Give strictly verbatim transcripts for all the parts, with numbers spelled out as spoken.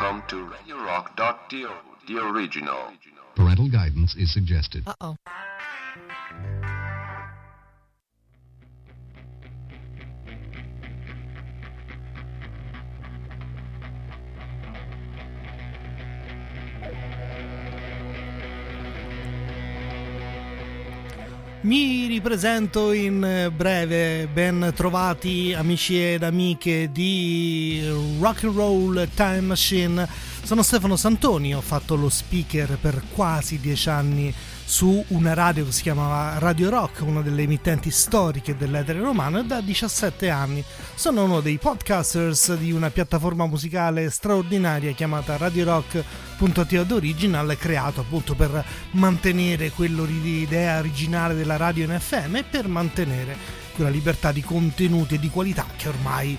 Welcome to radio rock dot to, the original. Parental guidance is suggested. Uh-oh. Mi ripresento in breve, ben trovati amici ed amiche di Rock and Roll Time Machine. Sono Stefano Santoni, ho fatto lo speaker per quasi dieci anni su una radio che si chiamava Radio Rock, una delle emittenti storiche dell'etere romano, e da diciassette anni sono uno dei podcasters di una piattaforma musicale straordinaria chiamata Radio Rock punto to The Original, creato appunto per mantenere quello l'idea originale della radio in F M e per mantenere quella libertà di contenuti e di qualità che ormai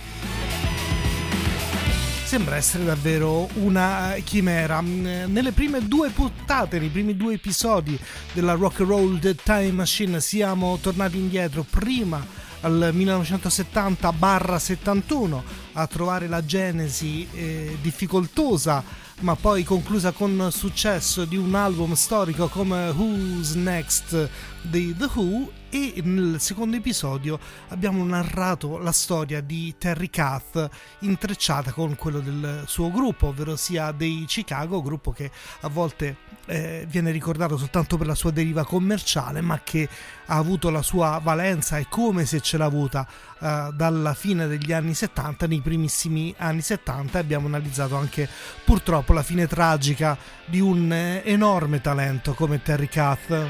sembra essere davvero una chimera. Nelle prime due puntate, nei primi due episodi della Rock and Roll Time Machine siamo tornati indietro prima al millenovecentosettanta settantuno a trovare la genesi eh, difficoltosa ma poi conclusa con successo di un album storico come Who's Next dei The Who, e nel secondo episodio abbiamo narrato la storia di Terry Kath intrecciata con quello del suo gruppo, ovvero sia dei Chicago, gruppo che a volte eh, viene ricordato soltanto per la sua deriva commerciale, ma che ha avuto la sua valenza e come se ce l'ha avuta eh, dalla fine degli anni settanta, nei primissimi anni settanta. Abbiamo analizzato anche purtroppo la fine tragica di un eh, enorme talento come Terry Kath.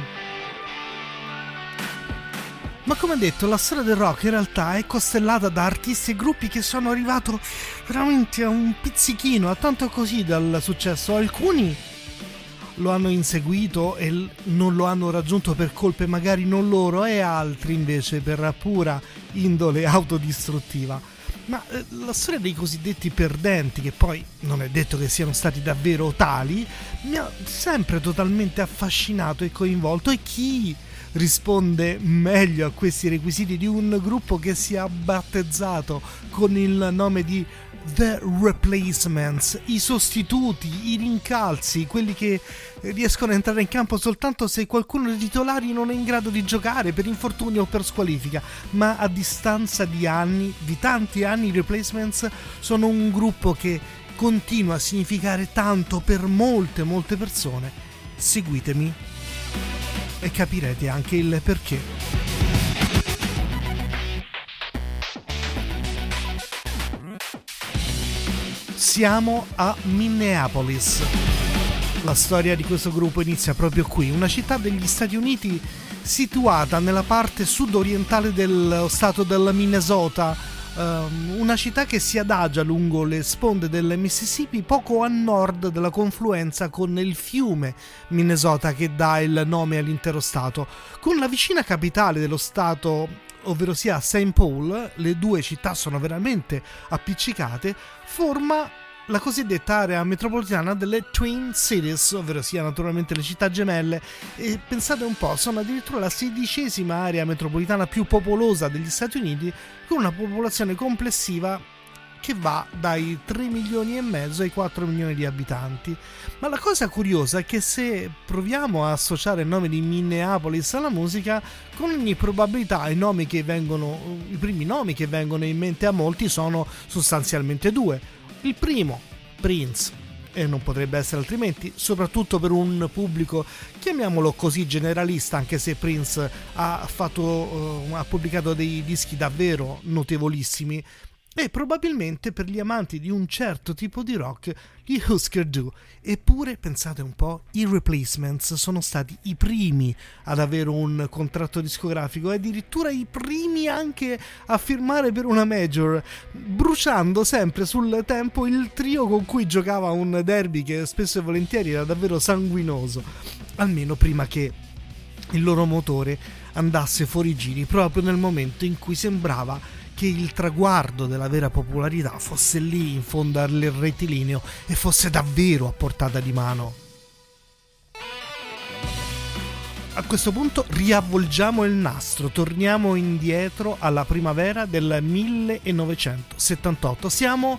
Ma come detto, la storia del rock in realtà è costellata da artisti e gruppi che sono arrivati veramente a un pizzichino, a tanto così dal successo. Alcuni lo hanno inseguito e non lo hanno raggiunto per colpe magari non loro, e altri invece per pura indole autodistruttiva. Ma eh, la storia dei cosiddetti perdenti, che poi non è detto che siano stati davvero tali, mi ha sempre totalmente affascinato e coinvolto. E chi risponde meglio a questi requisiti di un gruppo che si è battezzato con il nome di The Replacements, i sostituti, i rincalzi, quelli che riescono a entrare in campo soltanto se qualcuno dei titolari non è in grado di giocare per infortunio o per squalifica. Ma a distanza di anni, di tanti anni, i Replacements sono un gruppo che continua a significare tanto per molte molte persone. Seguitemi e capirete anche il perché. Siamo a Minneapolis. La storia di questo gruppo inizia proprio qui, una città degli Stati Uniti situata nella parte sud-orientale dello stato del Minnesota, um, una città che si adagia lungo le sponde del Mississippi, poco a nord della confluenza con il fiume Minnesota che dà il nome all'intero stato. Con la vicina capitale dello stato, ovvero sia Saint Paul, le due città sono veramente appiccicate, forma la cosiddetta area metropolitana delle Twin Cities, ovvero sia naturalmente le città gemelle. E pensate un po', sono addirittura la sedicesima area metropolitana più popolosa degli Stati Uniti, con una popolazione complessiva che va dai tre milioni e mezzo ai quattro milioni di abitanti. Ma la cosa curiosa è che se proviamo a associare il nome di Minneapolis alla musica, con ogni probabilità i nomi che vengono, i primi nomi che vengono in mente a molti sono sostanzialmente due. Il primo, Prince, e non potrebbe essere altrimenti, soprattutto per un pubblico, chiamiamolo così, generalista, anche se Prince ha fatto, uh, ha pubblicato dei dischi davvero notevolissimi. E probabilmente per gli amanti di un certo tipo di rock, gli Husker Du. Eppure, pensate un po', i Replacements sono stati i primi ad avere un contratto discografico e addirittura i primi anche a firmare per una major, bruciando sempre sul tempo il trio con cui giocava un derby che spesso e volentieri era davvero sanguinoso, almeno prima che il loro motore andasse fuori giri, proprio nel momento in cui sembrava che il traguardo della vera popolarità fosse lì in fondo al rettilineo e fosse davvero a portata di mano. A questo punto riavvolgiamo il nastro, torniamo indietro alla primavera del millenovecentosettantotto. Siamo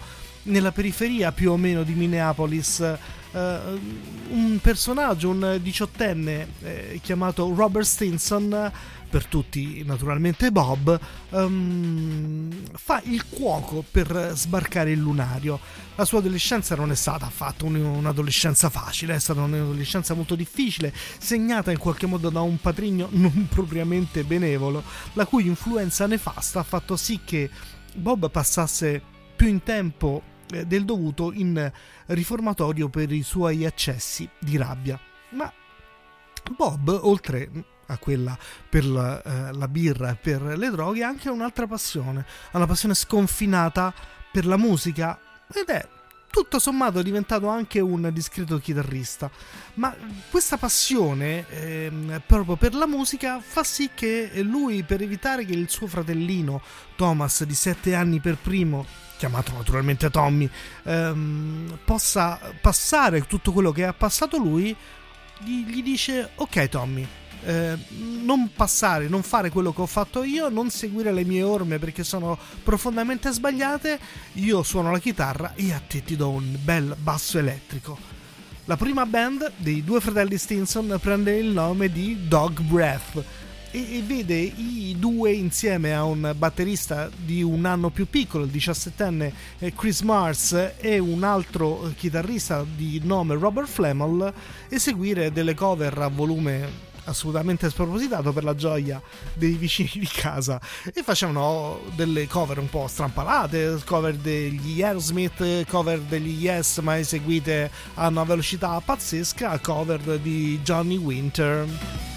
nella periferia più o meno di Minneapolis, eh, un personaggio, un diciottenne eh, chiamato Robert Stinson, per tutti naturalmente Bob, um, fa il cuoco per sbarcare il lunario. La sua adolescenza non è stata affatto un'adolescenza facile, è stata un'adolescenza molto difficile, segnata in qualche modo da un patrigno non propriamente benevolo, la cui influenza nefasta ha fatto sì che Bob passasse più in tempo del dovuto in riformatorio per i suoi accessi di rabbia. Ma Bob, oltre a quella per la, eh, la birra e per le droghe, ha anche un'altra passione, una passione sconfinata per la musica, ed è tutto sommato diventato anche un discreto chitarrista. Ma questa passione eh, proprio per la musica fa sì che lui, per evitare che il suo fratellino Thomas di sette anni per primo, chiamato naturalmente Tommy, ehm, possa passare tutto quello che ha passato lui, gli, gli dice: ok Tommy, Eh, non passare, non fare quello che ho fatto io, non seguire le mie orme perché sono profondamente sbagliate, io suono la chitarra e a te ti do un bel basso elettrico. La prima band dei due fratelli Stinson prende il nome di Dog Breath e, e vede i due insieme a un batterista di un anno più piccolo, il diciassettenne Chris Mars, e un altro chitarrista di nome Robert Flemel, eseguire delle cover a volume assolutamente spropositato per la gioia dei vicini di casa, e facevano delle cover un po' strampalate, cover degli Aerosmith, cover degli Yes ma eseguite a una velocità pazzesca, cover di Johnny Winter.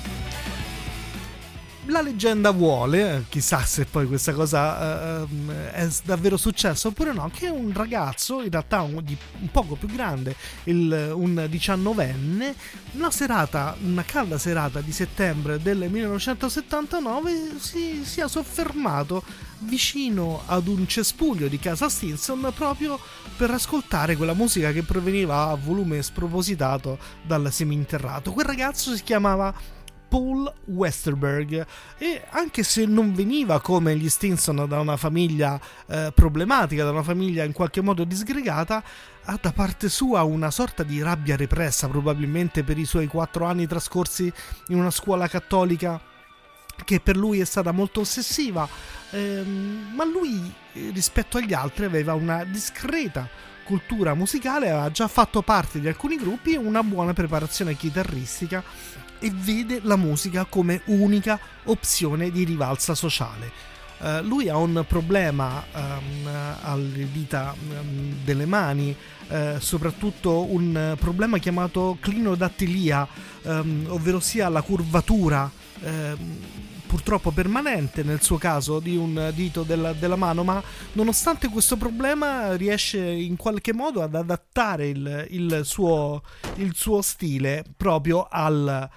La leggenda vuole, chissà se poi questa cosa uh, è davvero successa oppure no, che un ragazzo, in realtà un, di, un poco più grande, il, un diciannovenne, una serata, una calda serata di settembre del millenovecentosettantanove, si sia soffermato vicino ad un cespuglio di casa Stinson proprio per ascoltare quella musica che proveniva a volume spropositato dal seminterrato. Quel ragazzo si chiamava Paul Westerberg, e anche se non veniva come gli Stinson da una famiglia eh, problematica, da una famiglia in qualche modo disgregata, ha da parte sua una sorta di rabbia repressa, probabilmente per i suoi quattro anni trascorsi in una scuola cattolica che per lui è stata molto ossessiva, ehm, ma lui rispetto agli altri aveva una discreta cultura musicale, aveva già fatto parte di alcuni gruppi e una buona preparazione chitarristica, e vede la musica come unica opzione di rivalsa sociale. Uh, lui ha un problema um, alle dita um, delle mani, uh, soprattutto un problema chiamato clinodattilia, um, ovvero sia la curvatura um, purtroppo permanente nel suo caso di un dito della, della mano, ma nonostante questo problema riesce in qualche modo ad adattare il, il, suo, il suo stile proprio al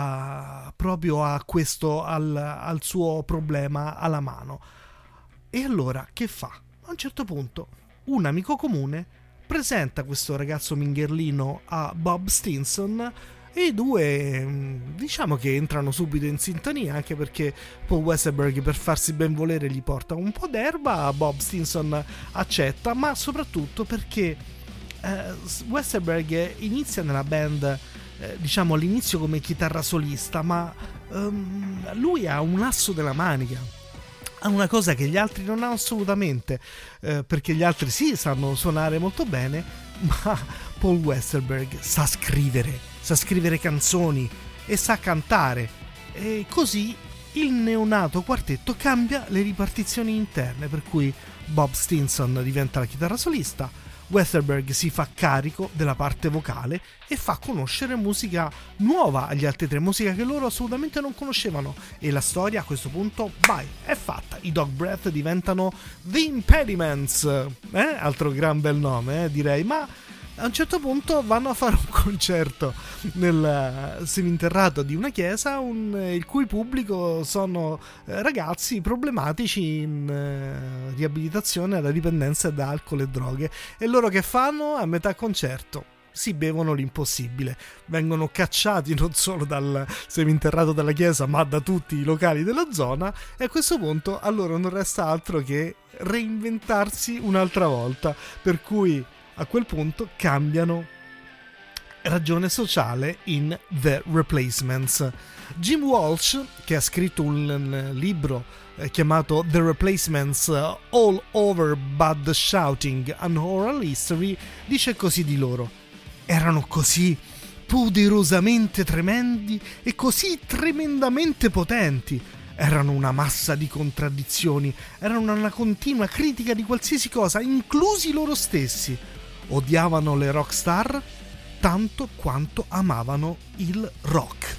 a, proprio a questo al, al suo problema alla mano. E allora che fa? A un certo punto un amico comune presenta questo ragazzo mingherlino a Bob Stinson, e i due diciamo che entrano subito in sintonia, anche perché Paul Westerberg, per farsi ben volere, gli porta un po' d'erba, Bob Stinson accetta, ma soprattutto perché eh, Westerberg inizia nella band eh, diciamo all'inizio come chitarra solista, ma ehm, lui ha un asso della manica, ha una cosa che gli altri non hanno assolutamente, eh, perché gli altri sì sanno suonare molto bene, ma Paul Westerberg sa scrivere, sa scrivere canzoni e sa cantare, e così il neonato quartetto cambia le ripartizioni interne, per cui Bob Stinson diventa la chitarra solista, Westerberg si fa carico della parte vocale e fa conoscere musica nuova agli altri tre, musica che loro assolutamente non conoscevano, e la storia a questo punto, vai, è fatta. I Dog Breath diventano The Impediments, eh? Altro gran bel nome, eh, direi, ma a un certo punto vanno a fare un concerto nel seminterrato di una chiesa, un, il cui pubblico sono eh, ragazzi problematici in eh, riabilitazione da dipendenza da alcol e droghe. E loro che fanno a metà concerto? si bevono l'impossibile, vengono cacciati non solo dal seminterrato della chiesa ma da tutti i locali della zona, e a questo punto a loro non resta altro che reinventarsi un'altra volta, per cui a quel punto cambiano ragione sociale in The Replacements. Jim Walsh, che ha scritto un libro eh, chiamato The Replacements uh, All Over But the Shouting and Oral History, dice così di loro: erano così poderosamente tremendi e così tremendamente potenti. Erano una massa di contraddizioni, erano una continua critica di qualsiasi cosa, inclusi loro stessi. Odiavano le rockstar tanto quanto amavano il rock.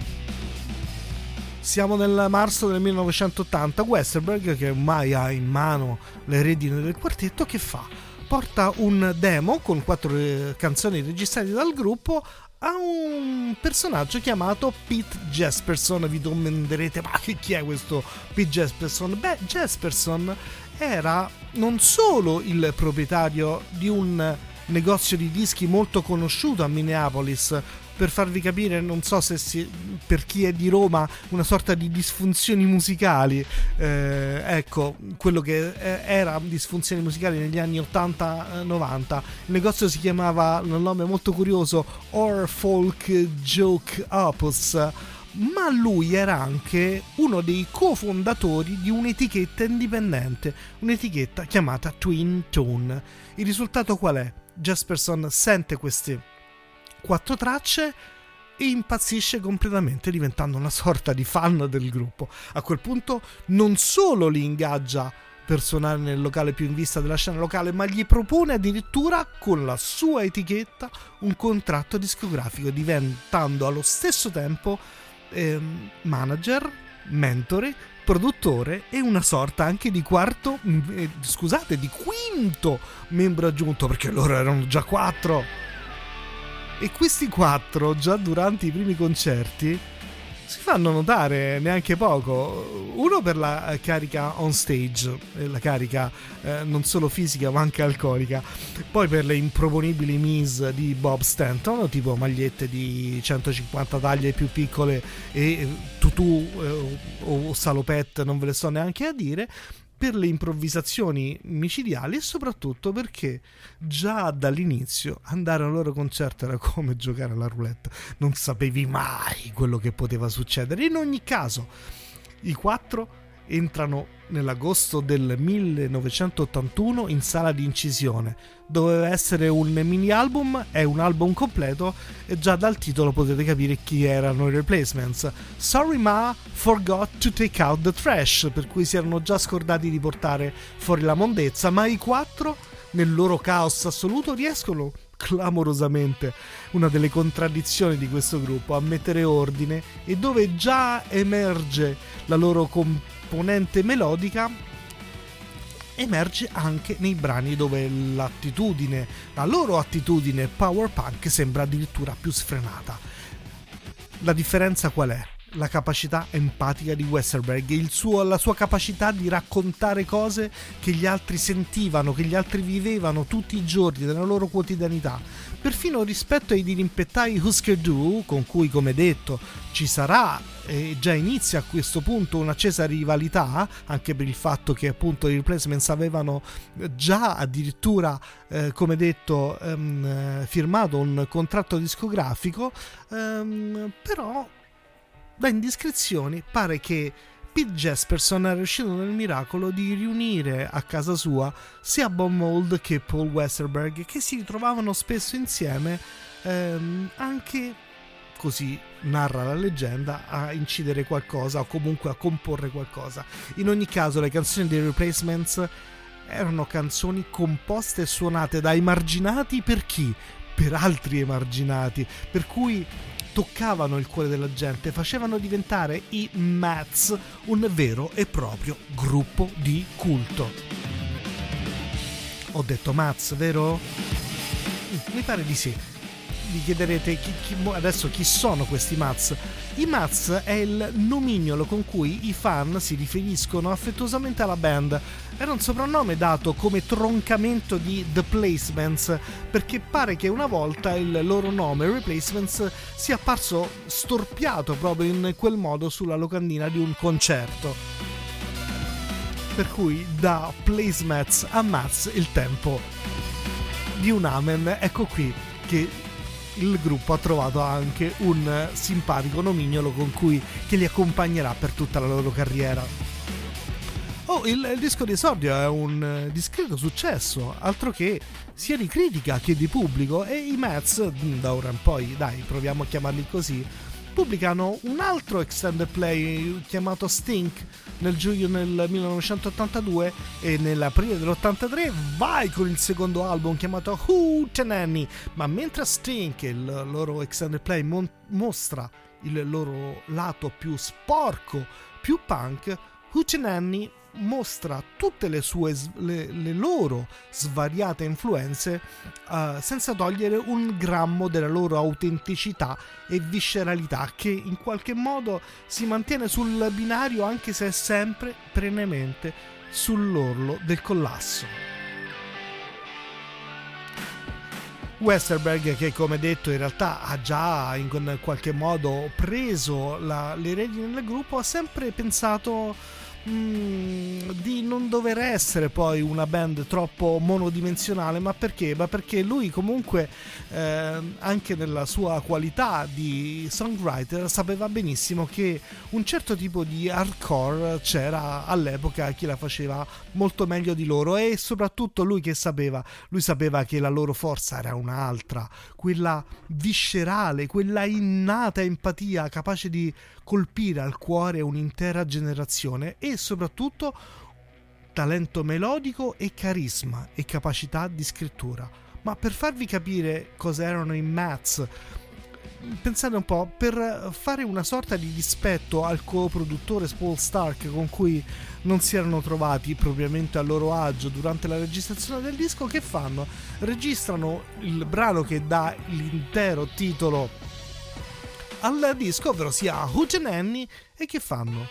Siamo nel marzo del millenovecentottanta. Westerberg, che ormai ha in mano le redini del quartetto, che fa? Porta un demo con quattro canzoni registrate dal gruppo a un personaggio chiamato Pete Jesperson. Vi domanderete: ma che chi è questo Pete Jesperson? Beh, Jesperson era non solo il proprietario di un negozio di dischi molto conosciuto a Minneapolis. Per farvi capire, non so se si, per chi è di Roma, una sorta di disfunzioni musicali, eh, ecco, quello che era disfunzioni musicali negli anni ottanta novanta. Il negozio si chiamava, un nome molto curioso, Or Folk Joke Opus, ma lui era anche uno dei cofondatori di un'etichetta indipendente, un'etichetta chiamata Twin Tone. Il risultato qual è? Jesperson sente queste quattro tracce e impazzisce completamente, diventando una sorta di fan del gruppo. A quel punto non solo li ingaggia per suonare nel locale più in vista della scena locale, ma gli propone addirittura con la sua etichetta un contratto discografico, diventando allo stesso tempo ehm, manager, mentore, produttore e una sorta anche di quarto, eh, scusate, di quinto membro aggiunto, perché loro erano già quattro. E questi quattro, già durante i primi concerti, si fanno notare neanche poco. Uno per la carica on stage, la carica eh, non solo fisica ma anche alcolica. Poi per le improponibili mise di Bob Stanton, tipo magliette di centocinquanta taglie più piccole e tutù eh, o salopette, non ve le sto neanche a dire. Per le improvvisazioni micidiali, e soprattutto perché già dall'inizio andare al loro concerto era come giocare alla roulette, non sapevi mai quello che poteva succedere. In ogni caso, i quattro entrano nell'agosto del millenovecentottantuno in sala di incisione. Doveva essere un mini album, è un album completo e già dal titolo potete capire chi erano i Replacements. Sorry Ma forgot to take out the trash, per cui si erano già scordati di portare fuori la mondezza, ma i quattro nel loro caos assoluto riescono clamorosamente, una delle contraddizioni di questo gruppo, a mettere ordine, e dove già emerge la loro componente melodica emerge anche nei brani dove l'attitudine, la loro attitudine power punk sembra addirittura più sfrenata. La differenza qual è? La capacità empatica di Westerberg, il suo, la sua capacità di raccontare cose che gli altri sentivano, che gli altri vivevano tutti i giorni nella loro quotidianità, perfino rispetto ai dirimpettai Husker Du, con cui, come detto, ci sarà e già inizia a questo punto un'accesa rivalità, anche per il fatto che appunto i Replacements avevano già addirittura eh, come detto ehm, firmato un contratto discografico, ehm, però da indiscrezioni pare che Pete Jesperson è riuscito nel miracolo di riunire a casa sua sia Bob Mould che Paul Westerberg, che si ritrovavano spesso insieme, ehm, anche, così narra la leggenda, a incidere qualcosa o comunque a comporre qualcosa. In ogni caso le canzoni dei Replacements erano canzoni composte e suonate da emarginati per chi? Per altri emarginati, per cui toccavano il cuore della gente, facevano diventare i Mats un vero e proprio gruppo di culto. Ho detto Mats, vero? Mi pare di sì. vi chiederete chi, chi, adesso chi sono questi Mats. I Mats è il nomignolo con cui i fan si riferiscono affettuosamente alla band. Era un soprannome dato come troncamento di The Placements, perché pare che una volta il loro nome Replacements sia apparso storpiato proprio in quel modo sulla locandina di un concerto. Per cui da Placemats a Mats il tempo di un amen. Ecco qui che il gruppo ha trovato anche un simpatico nomignolo con cui che li accompagnerà per tutta la loro carriera. Oh, il, il disco di esordio è un discreto successo, altro che sia di critica che di pubblico, e i Mats, da ora in poi, dai, proviamo a chiamarli così, pubblicano un altro extended play chiamato Stink nel giugno del millenovecentottantadue, e nell'aprile dell'ottantatré vai con il secondo album chiamato Hootenanny. Ma mentre Stink, il loro extended play, mon- mostra il loro lato più sporco, più punk, Hootenanny mostra tutte le sue le, le loro svariate influenze uh, senza togliere un grammo della loro autenticità e visceralità, che in qualche modo si mantiene sul binario, anche se è sempre perennemente sull'orlo del collasso. Westerberg, che come detto in realtà ha già in qualche modo preso la, le redini del gruppo, ha sempre pensato di non dover essere poi una band troppo monodimensionale. Ma perché? Ma perché lui comunque eh, anche nella sua qualità di songwriter sapeva benissimo che un certo tipo di hardcore c'era all'epoca, chi la faceva molto meglio di loro, e soprattutto lui che sapeva lui sapeva che la loro forza era un'altra, quella viscerale, quella innata empatia capace di colpire al cuore un'intera generazione, e soprattutto talento melodico e carisma e capacità di scrittura. Ma per farvi capire cosa erano i Mats, pensate un po', per fare una sorta di dispetto al coproduttore Paul Stark, con cui non si erano trovati propriamente a loro agio durante la registrazione del disco, che fanno? Registrano il brano che dà l'intero titolo al disco, ovvero sia Hootenanny, e che fanno?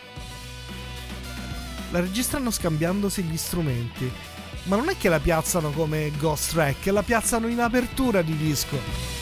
La registrano scambiandosi gli strumenti, ma non è che la piazzano come ghost track, la piazzano in apertura di disco,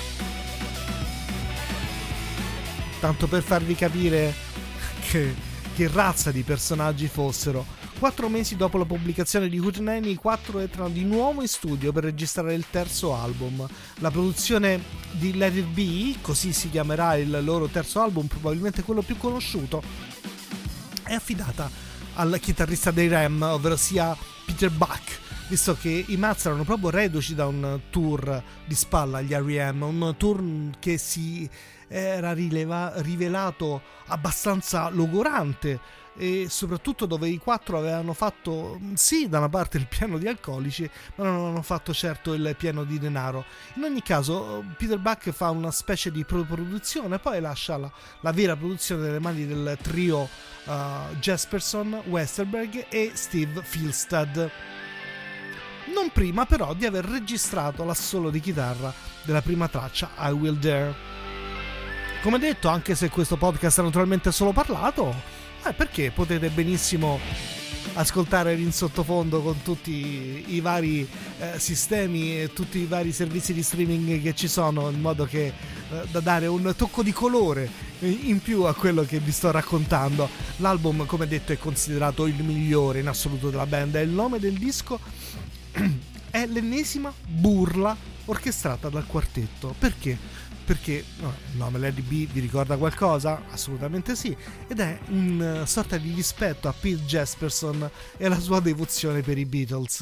tanto per farvi capire che, che razza di personaggi fossero. Quattro mesi dopo la pubblicazione di Hootenanny, i quattro entrano di nuovo in studio per registrare il terzo album. La produzione di Let It Be, così si chiamerà il loro terzo album, probabilmente quello più conosciuto, è affidata al chitarrista dei Rem, ovvero sia Peter Buck, visto che i Mats erano proprio reduci da un tour di spalla agli R E M, un tour che si era rileva, rivelato abbastanza logorante, e soprattutto dove i quattro avevano fatto sì da una parte il pieno di alcolici, ma non avevano fatto certo il pieno di denaro. In ogni caso Peter Buck fa una specie di produzione, poi lascia la, la vera produzione nelle mani del trio uh, Jesperson, Westerberg e Steve Filstad, non prima però di aver registrato l'assolo di chitarra della prima traccia, I Will Dare. Come detto, anche se questo podcast è naturalmente solo parlato, Eh, perché potete benissimo ascoltare in sottofondo con tutti i vari eh, sistemi e tutti i vari servizi di streaming che ci sono, in modo che eh, da dare un tocco di colore in più a quello che vi sto raccontando. L'album, come detto, è considerato il migliore in assoluto della band, e il nome del disco è l'ennesima burla orchestrata dal quartetto. Perché? Perché no, il nome Let It Be vi ricorda qualcosa? Assolutamente sì, ed è una sorta di rispetto a Pete Jesperson e alla sua devozione per i Beatles.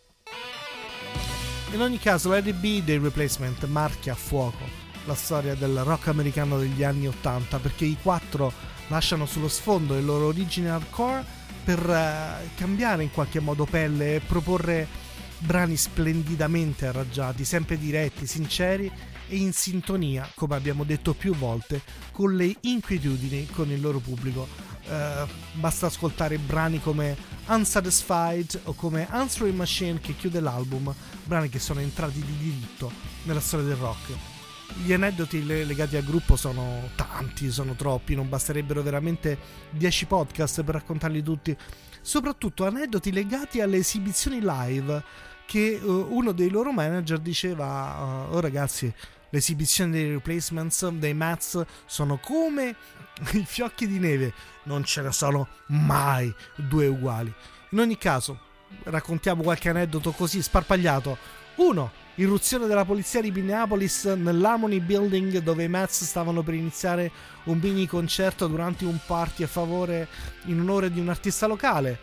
In ogni caso, Let It Be dei Replacement marchia a fuoco la storia del rock americano degli anni ottanta, perché i quattro lasciano sullo sfondo le loro origini hardcore per uh, cambiare in qualche modo pelle e proporre brani splendidamente arrangiati, sempre diretti, sinceri e in sintonia, come abbiamo detto più volte, con le inquietudini con il loro pubblico. Uh, basta ascoltare brani come Unsatisfied o come Answering Machine, che chiude l'album, brani che sono entrati di diritto nella storia del rock. Gli aneddoti legati al gruppo sono tanti, sono troppi, non basterebbero veramente dieci podcast per raccontarli tutti. Soprattutto aneddoti legati alle esibizioni live, che uh, uno dei loro manager diceva: uh, oh ragazzi, le esibizioni dei Replacements, dei Mats, sono come i fiocchi di neve, non ce ne sono mai due uguali. In ogni caso, raccontiamo qualche aneddoto così sparpagliato. Uno, irruzione della polizia di Minneapolis nell'Harmony Building, dove i Mats stavano per iniziare un mini concerto durante un party a favore, in onore di un artista locale.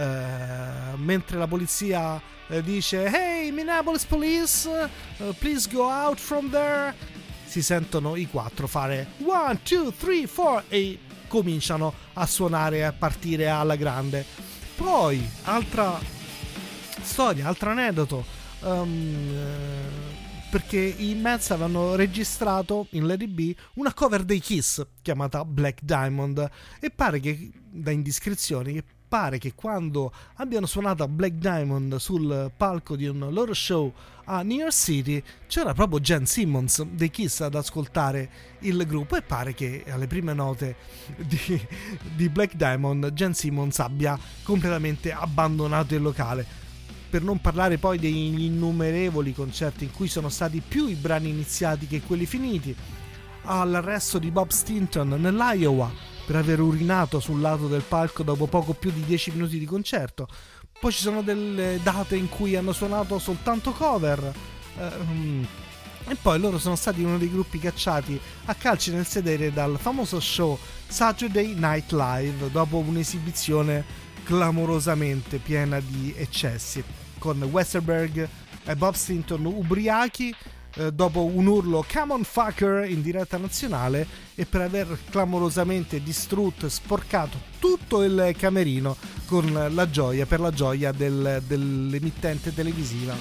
Uh, mentre la polizia uh, dice "Hey Minneapolis Police, uh, please go out from there", si sentono i quattro fare one, two, three, four e cominciano a suonare e a partire alla grande. Poi altra storia, altro aneddoto, um, uh, perché i Mets avevano registrato in Let It Be una cover dei Kiss chiamata Black Diamond, e pare che, da indiscrezioni, che pare che quando abbiano suonato Black Diamond sul palco di un loro show a New York City c'era proprio Gene Simmons dei Kiss ad ascoltare il gruppo, e pare che alle prime note di, di Black Diamond Gene Simmons abbia completamente abbandonato il locale. Per non parlare poi degli innumerevoli concerti in cui sono stati più i brani iniziati che quelli finiti, all'arresto di Bob Stinson nell'Iowa per aver urinato sul lato del palco dopo poco più di dieci minuti di concerto. Poi ci sono delle date in cui hanno suonato soltanto cover, ehm, e poi loro sono stati uno dei gruppi cacciati a calci nel sedere dal famoso show Saturday Night Live dopo un'esibizione clamorosamente piena di eccessi, con Westerberg e Bob Stinson ubriachi dopo un urlo "Come on fucker" in diretta nazionale, e per aver clamorosamente distrutto e sporcato tutto il camerino con la gioia, per la gioia del, dell'emittente televisiva.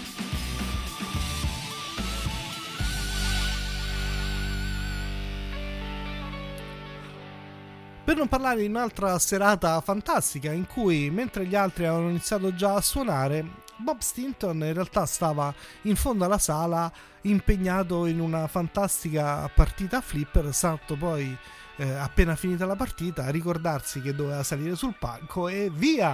Per non parlare di un'altra serata fantastica in cui, mentre gli altri avevano iniziato già a suonare, Bob Stinson in realtà stava in fondo alla sala impegnato in una fantastica partita a flipper, salto poi eh, appena finita la partita a ricordarsi che doveva salire sul palco e via!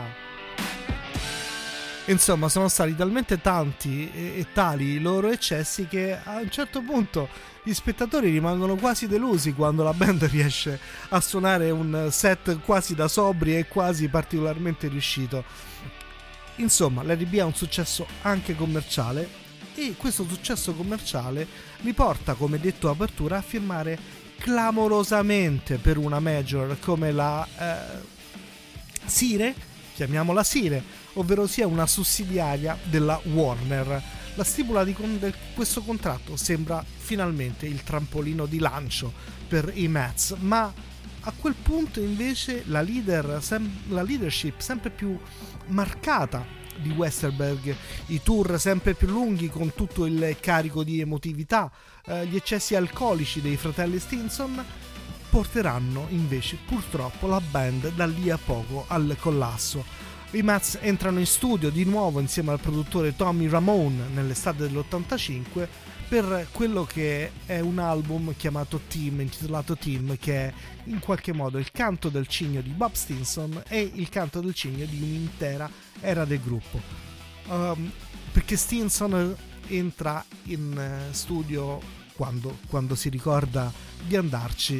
Insomma, sono stati talmente tanti e, e tali i loro eccessi che a un certo punto gli spettatori rimangono quasi delusi quando la band riesce a suonare un set quasi da sobri e quasi particolarmente riuscito. Insomma, l'R B è un successo anche commerciale, e questo successo commerciale li porta, come detto apertura, a firmare clamorosamente per una major come la eh, Sire, chiamiamola Sire, ovvero sia una sussidiaria della Warner. La stipula di con- del, questo contratto sembra finalmente il trampolino di lancio per i Mets, ma a quel punto invece la, leader, sem- la leadership sempre più marcata di Westerberg, i tour sempre più lunghi con tutto il carico di emotività, eh, gli eccessi alcolici dei fratelli Stinson porteranno invece purtroppo la band da lì a poco al collasso. I Mets entrano in studio di nuovo insieme al produttore Tommy Ramone nell'estate dell'ottantacinque per quello che è un album chiamato Team, intitolato Team, che è in qualche modo il canto del cigno di Bob Stinson e il canto del cigno di un'intera era del gruppo, um, perché Stinson entra in studio quando, quando si ricorda di andarci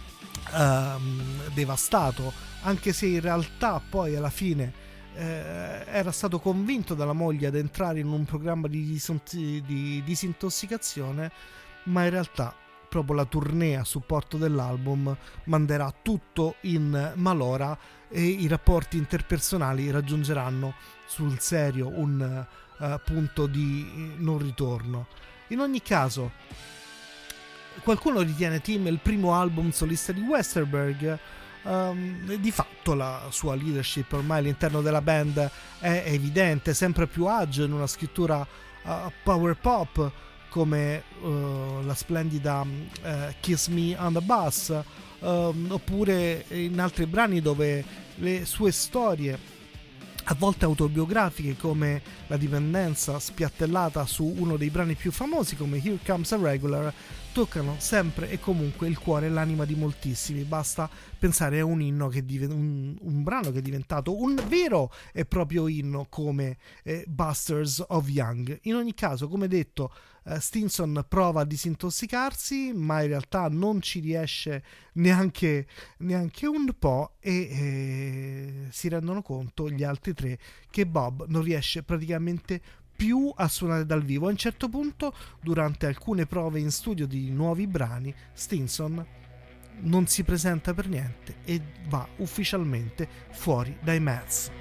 um, devastato, anche se in realtà poi alla fine Eh, era stato convinto dalla moglie ad entrare in un programma di, disont- di disintossicazione, ma in realtà proprio la tournée a supporto dell'album manderà tutto in malora e i rapporti interpersonali raggiungeranno sul serio un uh, punto di non ritorno. In ogni caso, qualcuno ritiene Team il primo album solista di Westerberg. Um, di fatto la sua leadership ormai all'interno della band è evidente, sempre più agile in una scrittura uh, power pop come uh, la splendida uh, Kiss Me on the Bus, um, oppure in altri brani dove le sue storie, a volte autobiografiche, come la dipendenza spiattellata su uno dei brani più famosi come Here Comes a Regular, toccano sempre e comunque il cuore e l'anima di moltissimi. Basta pensare a un inno che div- un, un brano che è diventato un vero e proprio inno come eh, Busters of Young. In ogni caso, come detto, eh, Stinson prova a disintossicarsi, ma in realtà non ci riesce neanche, neanche un po', e eh, si rendono conto gli altri tre che Bob non riesce praticamente più a suonare dal vivo. A un certo punto, durante alcune prove in studio di nuovi brani, Stinson non si presenta per niente e va ufficialmente fuori dai Mets.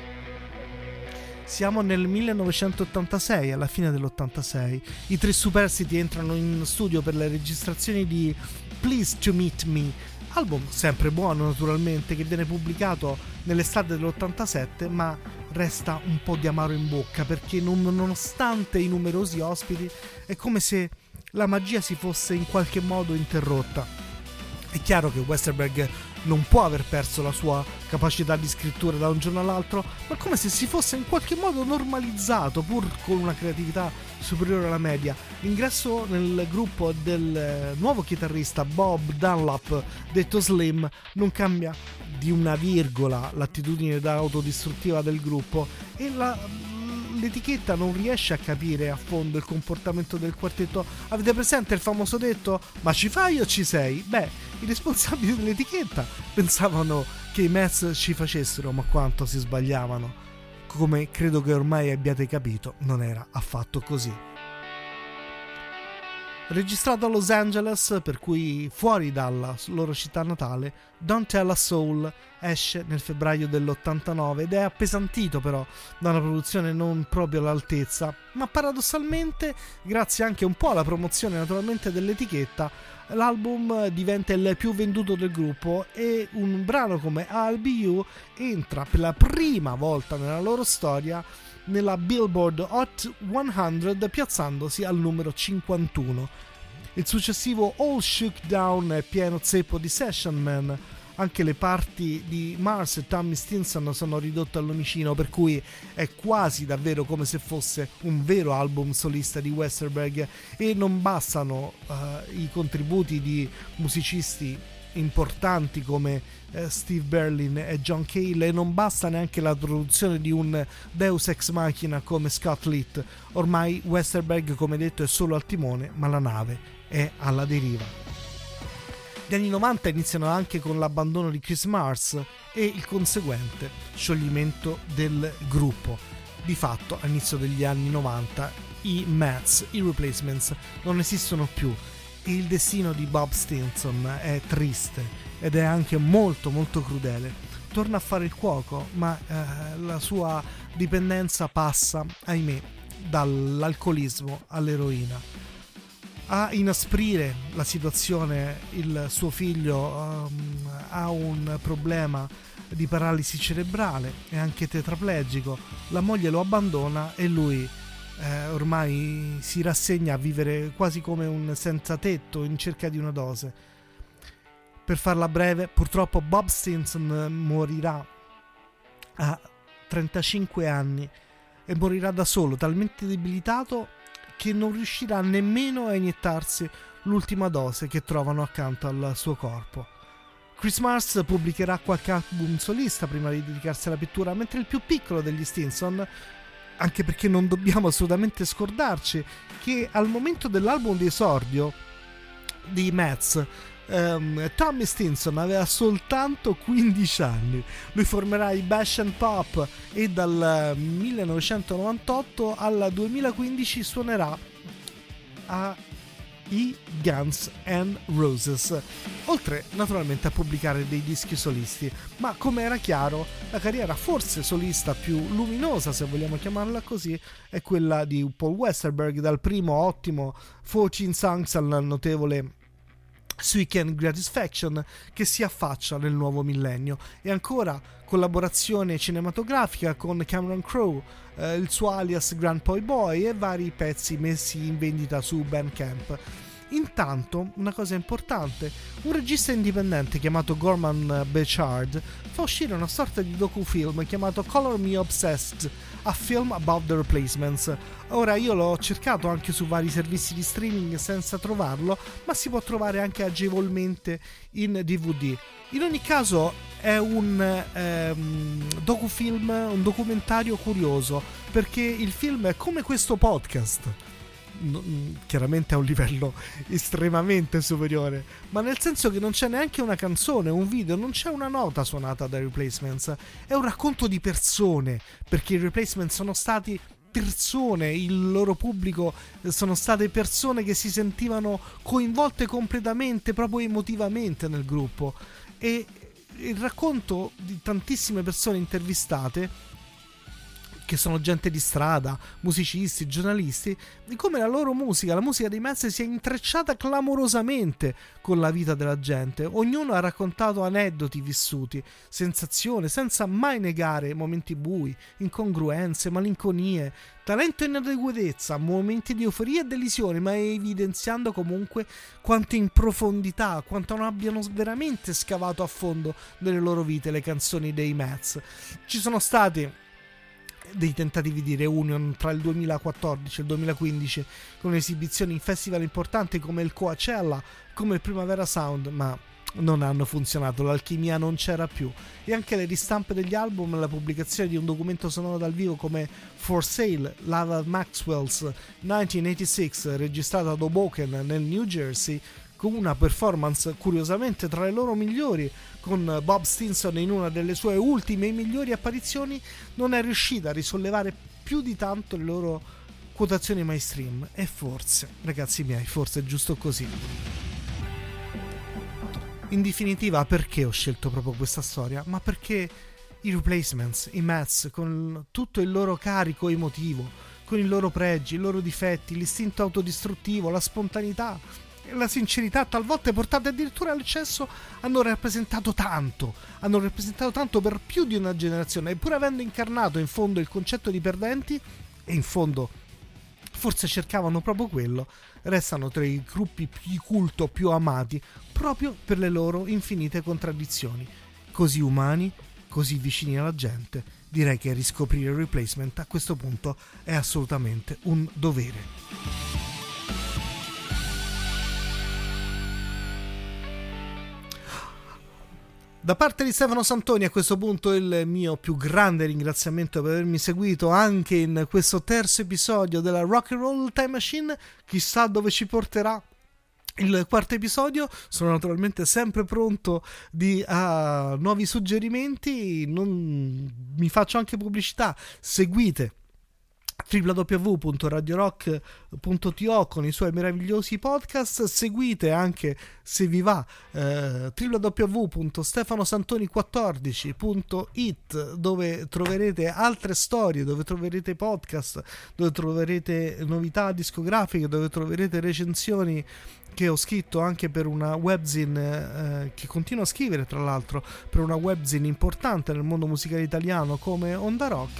Siamo nel millenovecentottantasei, alla fine dell'ottantasei. I tre superstiti entrano in studio per le registrazioni di Pleased to Meet Me, album sempre buono naturalmente, che viene pubblicato nell'estate dell'ottantasette, ma resta un po' di amaro in bocca, perché non, nonostante i numerosi ospiti è come se la magia si fosse in qualche modo interrotta. È chiaro che Westerberg non può aver perso la sua capacità di scrittura da un giorno all'altro, ma come se si fosse in qualche modo normalizzato, pur con una creatività superiore alla media. L'ingresso nel gruppo del nuovo chitarrista Bob Dunlap, detto Slim, non cambia di una virgola l'attitudine da autodistruttiva del gruppo, e la, l'etichetta non riesce a capire a fondo il comportamento del quartetto. Avete presente il famoso detto "ma ci fai o ci sei"? Beh, i responsabili dell'etichetta pensavano che i Mets ci facessero, ma quanto si sbagliavano. Come credo che ormai abbiate capito, non era affatto così. Registrato a Los Angeles, per cui fuori dalla loro città natale, Don't Tell a Soul esce nel febbraio dell'ottantanove ed è appesantito però da una produzione non proprio all'altezza, ma paradossalmente, grazie anche un po' alla promozione naturalmente dell'etichetta, l'album diventa il più venduto del gruppo, e un brano come I'll Be You entra per la prima volta nella loro storia nella Billboard Hot cento, piazzandosi al numero cinquantuno. Il successivo All Shook Down è pieno zeppo di Session Man. Anche le parti di Mars e Tommy Stinson sono ridotte al lumicino, per cui è quasi davvero come se fosse un vero album solista di Westerberg, e non bastano uh, i contributi di musicisti importanti come eh, Steve Berlin e John Cale, e non basta neanche la produzione di un Deus Ex Machina come Scott Litt. Ormai Westerberg, come detto, è solo al timone, ma la nave è alla deriva. Gli anni novanta iniziano anche con l'abbandono di Chris Mars e il conseguente scioglimento del gruppo. Di fatto, all'inizio degli anni novanta, i Mets, i Replacements, non esistono più, e il destino di Bob Stinson è triste ed è anche molto molto crudele. Torna a fare il cuoco, ma eh, la sua dipendenza passa, ahimè, dall'alcolismo all'eroina. A inasprire la situazione, il suo figlio um, ha un problema di paralisi cerebrale, è anche tetraplegico, la moglie lo abbandona e lui Eh, ormai si rassegna a vivere quasi come un senza tetto in cerca di una dose. Per farla breve, purtroppo Bob Stinson morirà a trentacinque anni, e morirà da solo, talmente debilitato che non riuscirà nemmeno a iniettarsi l'ultima dose che trovano accanto al suo corpo. Chris Mars pubblicherà qualche album solista prima di dedicarsi alla pittura, mentre il più piccolo degli Stinson, anche perché non dobbiamo assolutamente scordarci che al momento dell'album di esordio di Mets, um, Tommy Stinson aveva soltanto quindici anni. Lui formerà i Bash and Pop e dal millenovecentonovantotto al duemilaquindici suonerà a i Guns N' Roses, oltre naturalmente a pubblicare dei dischi solisti. Ma come era chiaro, la carriera forse solista più luminosa, se vogliamo chiamarla così, è quella di Paul Westerberg, dal primo ottimo quattordici Songs al notevole Sweet and Gratification, che si affaccia nel nuovo millennio, e ancora collaborazione cinematografica con Cameron Crowe, eh, il suo alias Grand Poi Boy, e vari pezzi messi in vendita su Bandcamp. Intanto, una cosa importante, un regista indipendente chiamato Gorman Bechard fa uscire una sorta di docufilm chiamato Color Me Obsessed, A Film About the Replacements. Ora io l'ho cercato anche su vari servizi di streaming senza trovarlo, ma si può trovare anche agevolmente in D V D. In ogni caso è un ehm, docufilm, un documentario curioso, perché il film è come questo podcast. Chiaramente a un livello estremamente superiore, ma nel senso che non c'è neanche una canzone, un video, non c'è una nota suonata dai Replacements, è un racconto di persone, perché i Replacements sono stati persone, il loro pubblico sono state persone che si sentivano coinvolte completamente, proprio emotivamente nel gruppo, e il racconto di tantissime persone intervistate, che sono gente di strada, musicisti, giornalisti, di come la loro musica, la musica dei Mets, si è intrecciata clamorosamente con la vita della gente. Ognuno ha raccontato aneddoti vissuti, sensazioni, senza mai negare momenti bui, incongruenze, malinconie, talento e inadeguatezza, momenti di euforia e delisione, ma evidenziando comunque quanto in profondità, quanto non abbiano veramente scavato a fondo nelle loro vite le canzoni dei Mets. Ci sono stati dei tentativi di reunion tra il duemilaquattordici e il duemilaquindici con esibizioni in festival importanti come il Coachella, come il Primavera Sound, ma non hanno funzionato, l'alchimia non c'era più, e anche le ristampe degli album e la pubblicazione di un documento sonoro dal vivo come For Sale, Lava Maxwell's millenovecentoottantasei, registrato ad Hoboken nel New Jersey, con una performance curiosamente tra le loro migliori, con Bob Stinson in una delle sue ultime e migliori apparizioni, non è riuscita a risollevare più di tanto le loro quotazioni mainstream. E forse, ragazzi miei, forse è giusto così. In definitiva, perché ho scelto proprio questa storia? Ma perché i Replacements, i Mets, con tutto il loro carico emotivo, con i loro pregi, i loro difetti, l'istinto autodistruttivo, la spontaneità, la sincerità talvolta portate addirittura all'eccesso, hanno rappresentato tanto, hanno rappresentato tanto per più di una generazione, e pur avendo incarnato in fondo il concetto di perdenti, e in fondo forse cercavano proprio quello, restano tra i gruppi più di culto, più amati, proprio per le loro infinite contraddizioni. Così umani, così vicini alla gente, direi che riscoprire il Replacement a questo punto è assolutamente un dovere. Da parte di Stefano Santoni a questo punto il mio più grande ringraziamento per avermi seguito anche in questo terzo episodio della Rock and Roll Time Machine. Chissà dove ci porterà il quarto episodio. Sono naturalmente sempre pronto di uh, nuovi suggerimenti, non mi faccio anche pubblicità, seguite w w w punto radio rock punto t o con i suoi meravigliosi podcast, seguite anche, se vi va, eh, w w w punto stefano santoni quattordici punto i t, dove troverete altre storie, dove troverete podcast, dove troverete novità discografiche, dove troverete recensioni che ho scritto anche per una webzine, eh, che continuo a scrivere tra l'altro per una webzine importante nel mondo musicale italiano come Onda Rock.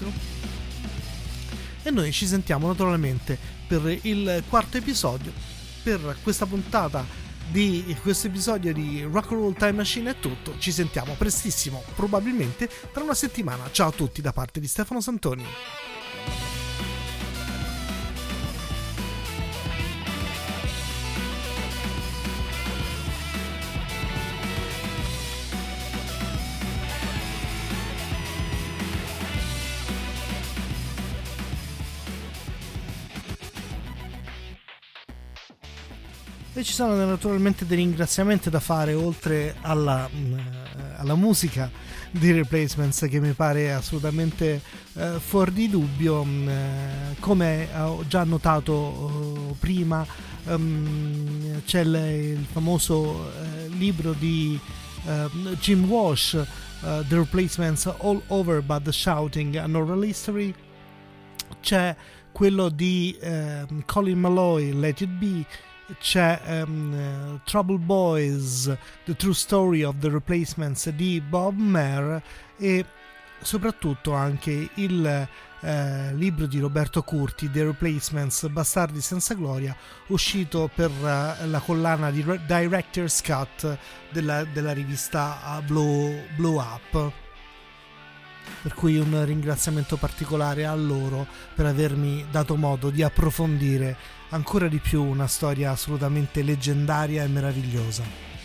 E noi ci sentiamo naturalmente per il quarto episodio. Per questa puntata di questo episodio di Rock and Roll Time Machine è tutto. Ci sentiamo prestissimo, probabilmente tra una settimana. Ciao a tutti da parte di Stefano Santoni. E ci sono naturalmente dei ringraziamenti da fare, oltre alla, alla musica di Replacements, che mi pare assolutamente eh, fuori di dubbio. Eh, come ho già notato eh, prima, um, c'è il, il famoso eh, libro di eh, Jim Walsh, uh, The Replacements All Over But The Shouting, An Oral History. C'è quello di eh, Colin Malloy, Let It Be. C'è um, uh, Trouble Boys, The True Story of the Replacements di Bob Maher, e soprattutto anche il uh, libro di Roberto Curti, The Replacements, Bastardi senza gloria, uscito per uh, la collana di Re- Director's Cut della, della rivista uh, Blow, Blow Up. per cui un ringraziamento particolare a loro per avermi dato modo di approfondire ancora di più una storia assolutamente leggendaria e meravigliosa.